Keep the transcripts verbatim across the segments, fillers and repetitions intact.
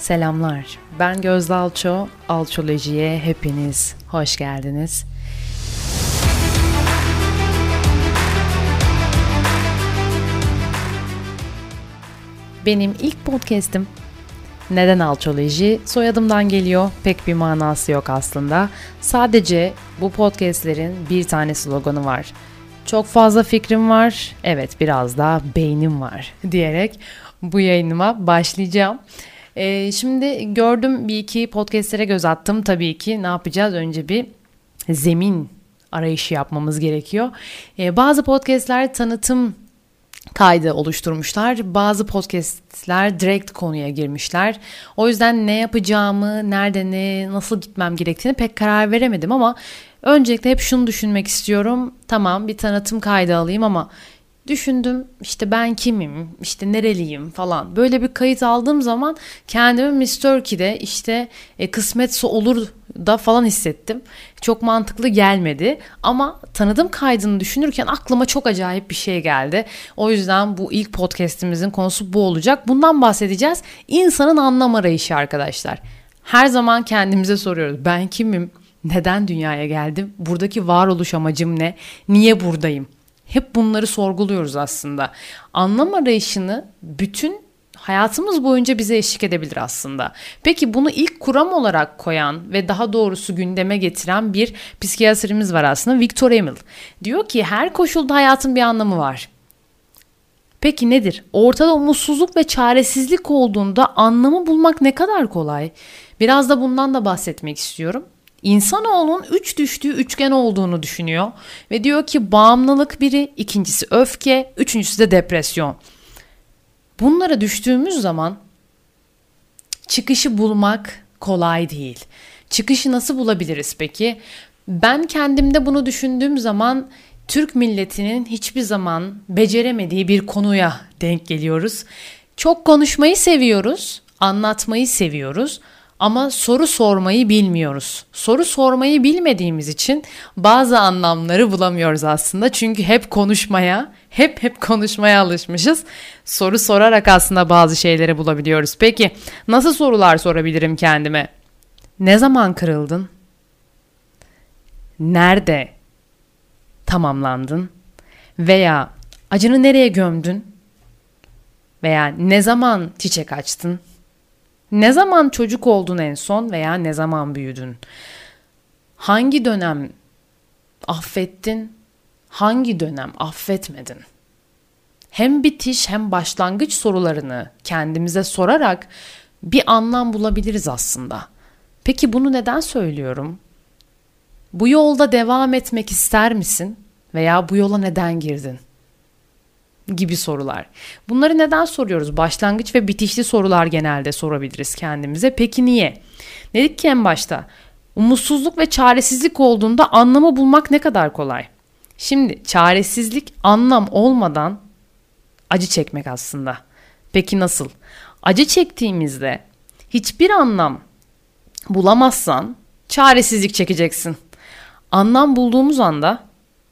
Selamlar, ben Gözde Alço, Alçoloji'ye hepiniz hoş geldiniz. Benim ilk podcast'im. Neden Alçoloji? Soyadımdan geliyor, pek bir manası yok aslında. Sadece bu podcast'lerin bir tane sloganı var. Çok fazla fikrim var, evet biraz da beynim var diyerek bu yayınıma başlayacağım. Ee, şimdi gördüm, bir iki podcastlere göz attım. Tabii ki ne yapacağız? Önce bir zemin arayışı yapmamız gerekiyor. Ee, bazı podcastler tanıtım kaydı oluşturmuşlar. Bazı podcastler direkt konuya girmişler. O yüzden ne yapacağımı, nerede ne, nasıl gitmem gerektiğini pek karar veremedim ama öncelikle hep şunu düşünmek istiyorum. Tamam, bir tanıtım kaydı alayım ama düşündüm, işte ben kimim, işte nereliyim falan. Böyle bir kayıt aldığım zaman kendimi Miss Turkey'de işte e, kısmetse olur da falan hissettim. Çok mantıklı gelmedi ama tanıdım kaydını düşünürken aklıma çok acayip bir şey geldi. O yüzden bu ilk podcast'imizin konusu bu olacak. Bundan bahsedeceğiz. İnsanın anlam arayışı arkadaşlar. Her zaman kendimize soruyoruz. Ben kimim? Neden dünyaya geldim? Buradaki varoluş amacım ne? Niye buradayım? Hep bunları sorguluyoruz aslında. Anlam arayışını bütün hayatımız boyunca bize eşlik edebilir aslında. Peki bunu ilk kuram olarak koyan ve daha doğrusu gündeme getiren bir psikiyatrimiz var aslında, Viktor Emil. Diyor ki her koşulda hayatın bir anlamı var. Peki nedir? Ortada umutsuzluk ve çaresizlik olduğunda anlamı bulmak ne kadar kolay? Biraz da bundan da bahsetmek istiyorum. İnsanoğlunun üç düştüğü üçgen olduğunu düşünüyor ve diyor ki bağımlılık biri, ikincisi öfke, üçüncüsü de depresyon. Bunlara düştüğümüz zaman çıkışı bulmak kolay değil. Çıkışı nasıl bulabiliriz peki? Ben kendimde bunu düşündüğüm zaman Türk milletinin hiçbir zaman beceremediği bir konuya denk geliyoruz. Çok konuşmayı seviyoruz, anlatmayı seviyoruz. Ama soru sormayı bilmiyoruz. Soru sormayı bilmediğimiz için bazı anlamları bulamıyoruz aslında. Çünkü hep konuşmaya, hep hep konuşmaya alışmışız. Soru sorarak aslında bazı şeyleri bulabiliyoruz. Peki nasıl sorular sorabilirim kendime? Ne zaman kırıldın? Nerede tamamlandın? Veya acını nereye gömdün? Veya ne zaman çiçek açtın? Ne zaman çocuk oldun en son veya ne zaman büyüdün? Hangi dönem affettin? Hangi dönem affetmedin? Hem bitiş hem başlangıç sorularını kendimize sorarak bir anlam bulabiliriz aslında. Peki bunu neden söylüyorum? Bu yolda devam etmek ister misin? Veya bu yola neden girdin? Gibi sorular. Bunları neden soruyoruz? Başlangıç ve bitişli sorular genelde sorabiliriz kendimize. Peki niye? Dedik ki en başta, umutsuzluk ve çaresizlik olduğunda anlamı bulmak ne kadar kolay? Şimdi çaresizlik anlam olmadan acı çekmek aslında. Peki nasıl? Acı çektiğimizde hiçbir anlam bulamazsan çaresizlik çekeceksin. Anlam bulduğumuz anda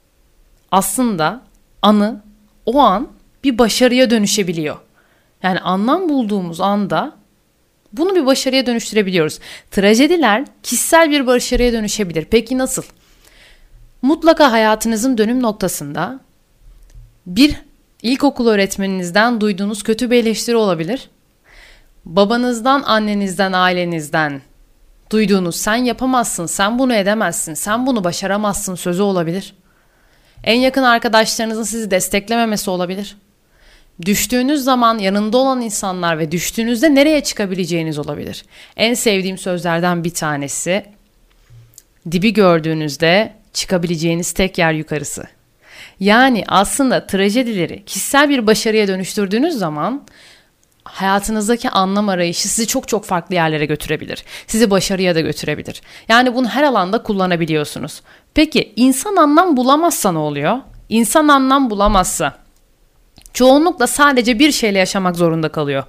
aslında anı o an bir başarıya dönüşebiliyor. Yani anlam bulduğumuz anda bunu bir başarıya dönüştürebiliyoruz. Trajediler kişisel bir başarıya dönüşebilir. Peki nasıl? Mutlaka hayatınızın dönüm noktasında bir ilkokul öğretmeninizden duyduğunuz kötü bir eleştiri olabilir. Babanızdan, annenizden, ailenizden duyduğunuz sen yapamazsın, sen bunu edemezsin, sen bunu başaramazsın sözü olabilir. En yakın arkadaşlarınızın sizi desteklememesi olabilir. Düştüğünüz zaman yanında olan insanlar ve düştüğünüzde nereye çıkabileceğiniz olabilir. En sevdiğim sözlerden bir tanesi, dibi gördüğünüzde çıkabileceğiniz tek yer yukarısı. Yani aslında trajedileri kişisel bir başarıya dönüştürdüğünüz zaman hayatınızdaki anlam arayışı sizi çok çok farklı yerlere götürebilir. Sizi başarıya da götürebilir. Yani bunu her alanda kullanabiliyorsunuz. Peki insan anlam bulamazsa ne oluyor? İnsan anlam bulamazsa çoğunlukla sadece bir şeyle yaşamak zorunda kalıyor.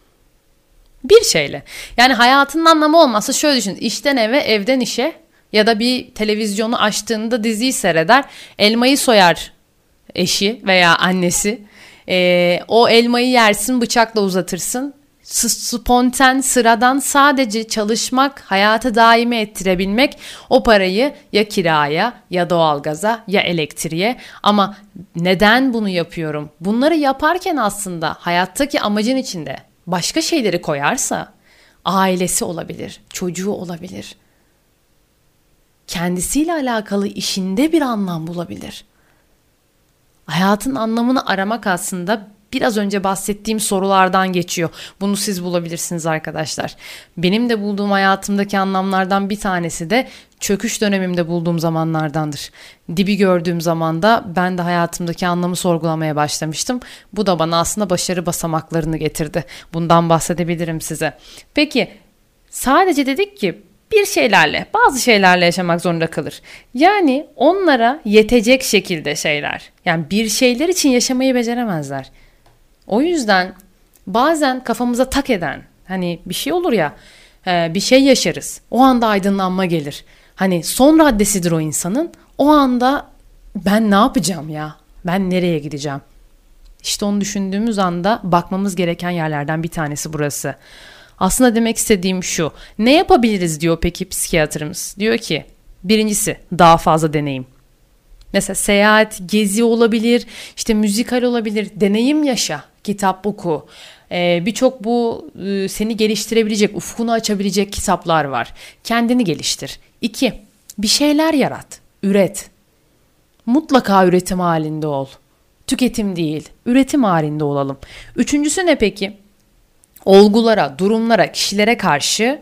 Bir şeyle. Yani hayatının anlamı olmazsa şöyle düşün. İşten eve, evden işe ya da bir televizyonu açtığında diziyi seyreder. Elmayı soyar eşi veya annesi. Ee, o elmayı yersin, bıçakla uzatırsın. spontan, sıradan sadece çalışmak, hayatı daimi ettirebilmek, o parayı ya kiraya ya doğalgaza ya elektriğe. Ama neden bunu yapıyorum? Bunları yaparken aslında hayattaki amacın içinde başka şeyleri koyarsa, ailesi olabilir, çocuğu olabilir, kendisiyle alakalı işinde bir anlam bulabilir. Hayatın anlamını aramak aslında biraz önce bahsettiğim sorulardan geçiyor. Bunu siz bulabilirsiniz arkadaşlar. Benim de bulduğum hayatımdaki anlamlardan bir tanesi de çöküş dönemimde bulduğum zamanlardandır. Dibi gördüğüm zaman da ben de hayatımdaki anlamı sorgulamaya başlamıştım. Bu da bana aslında başarı basamaklarını getirdi. Bundan bahsedebilirim size. Peki sadece dedik ki bir şeylerle, bazı şeylerle yaşamak zorunda kalır. Yani onlara yetecek şekilde şeyler. Yani bir şeyler için yaşamayı beceremezler. O yüzden bazen kafamıza tak eden, hani bir şey olur ya, bir şey yaşarız. O anda aydınlanma gelir. Hani son raddesidir o insanın. O anda ben ne yapacağım ya? Ben nereye gideceğim? İşte onu düşündüğümüz anda bakmamız gereken yerlerden bir tanesi burası. Aslında demek istediğim şu. Ne yapabiliriz diyor peki psikiyatrımız? Diyor ki birincisi daha fazla deneyim. Mesela seyahat, gezi olabilir, işte müzikal olabilir, deneyim yaşa, kitap oku. Ee, Birçok bu e, seni geliştirebilecek, ufkunu açabilecek kitaplar var. Kendini geliştir. İki, bir şeyler yarat, üret. Mutlaka üretim halinde ol. Tüketim değil, üretim halinde olalım. Üçüncüsü ne peki? Olgulara, durumlara, kişilere karşı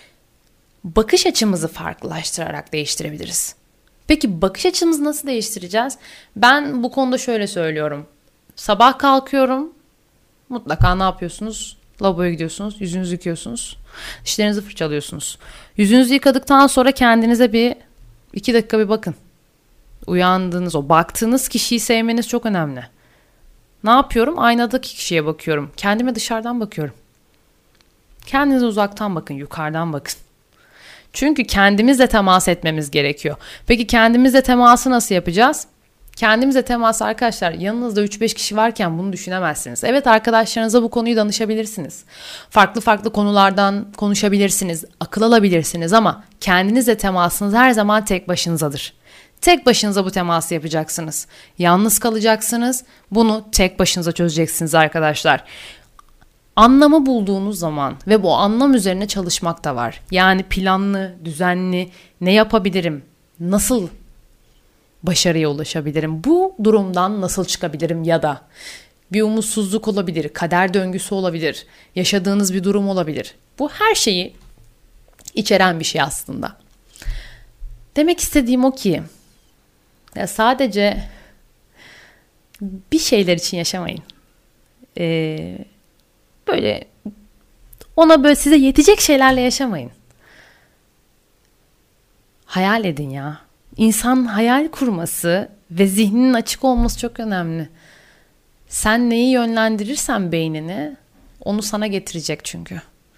bakış açımızı farklılaştırarak değiştirebiliriz. Peki bakış açımızı nasıl değiştireceğiz? Ben bu konuda şöyle söylüyorum. Sabah kalkıyorum. Mutlaka ne yapıyorsunuz? Lavaboya gidiyorsunuz, yüzünüzü yıkıyorsunuz, dişlerinizi fırçalıyorsunuz. Yüzünüzü yıkadıktan sonra kendinize bir iki dakika bir bakın. Uyandığınız, o baktığınız kişiyi sevmeniz çok önemli. Ne yapıyorum? Aynadaki kişiye bakıyorum. Kendime dışarıdan bakıyorum. Kendinize uzaktan bakın, yukarıdan bakın. Çünkü kendimizle temas etmemiz gerekiyor. Peki kendimizle teması nasıl yapacağız? Kendimizle temas arkadaşlar, yanınızda üç beş kişi varken bunu düşünemezsiniz. Evet, arkadaşlarınıza bu konuyu danışabilirsiniz. Farklı farklı konulardan konuşabilirsiniz, akıl alabilirsiniz ama kendinizle temasınız her zaman tek başınızadır. Tek başınıza bu teması yapacaksınız. Yalnız kalacaksınız. Bunu tek başınıza çözeceksiniz arkadaşlar. Anlamı bulduğunuz zaman ve bu anlam üzerine çalışmak da var. Yani planlı, düzenli, ne yapabilirim, nasıl başarıya ulaşabilirim, bu durumdan nasıl çıkabilirim ya da bir umutsuzluk olabilir, kader döngüsü olabilir, yaşadığınız bir durum olabilir. Bu her şeyi içeren bir şey aslında. Demek istediğim o ki ya sadece bir şeyler için yaşamayın. Ee, böyle ona böyle size yetecek şeylerle yaşamayın. Hayal edin ya. İnsan hayal kurması ve zihninin açık olması çok önemli. Sen neyi yönlendirirsen beynini, onu sana getirecek çünkü.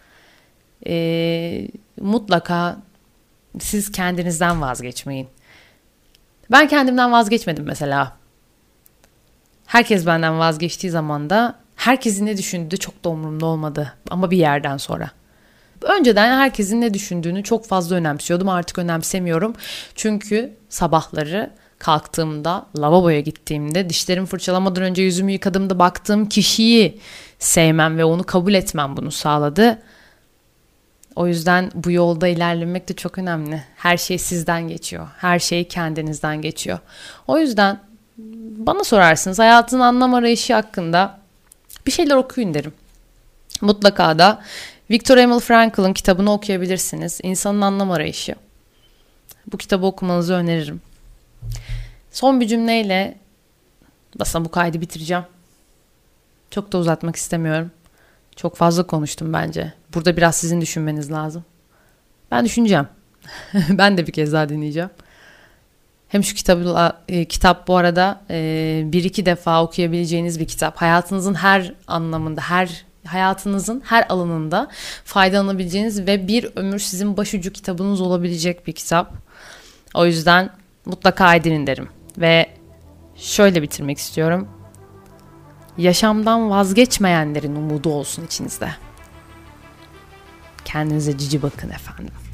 Ee, mutlaka siz kendinizden vazgeçmeyin. Ben kendimden vazgeçmedim mesela. Herkes benden vazgeçtiği zaman da herkesin ne düşündüğü çok da umurumda olmadı. Ama bir yerden sonra. Önceden herkesin ne düşündüğünü çok fazla önemsiyordum. Artık önemsemiyorum. Çünkü sabahları kalktığımda, lavaboya gittiğimde, dişlerimi fırçalamadan önce yüzümü yıkadığımda baktığım kişiyi sevmem ve onu kabul etmem bunu sağladı. O yüzden bu yolda ilerlemek de çok önemli. Her şey sizden geçiyor. Her şey kendinizden geçiyor. O yüzden bana sorarsınız hayatın anlam arayışı hakkında bir şeyler okuyun derim. Mutlaka da Viktor Emil Frankl'ın kitabını okuyabilirsiniz. İnsanın Anlam Arayışı. Bu kitabı okumanızı öneririm. Son bir cümleyle aslında bu kaydı bitireceğim. Çok da uzatmak istemiyorum. Çok fazla konuştum bence. Burada biraz sizin düşünmeniz lazım. Ben düşüneceğim. Ben de bir kez daha dinleyeceğim. Hem şu kitabı, e, kitap bu arada e, bir iki defa okuyabileceğiniz bir kitap. Hayatınızın her anlamında, her hayatınızın her alanında faydalanabileceğiniz ve bir ömür sizin başucu kitabınız olabilecek bir kitap. O yüzden mutlaka edinin derim. Ve şöyle bitirmek istiyorum. Yaşamdan vazgeçmeyenlerin umudu olsun içinizde. Kendinize cici bakın efendim.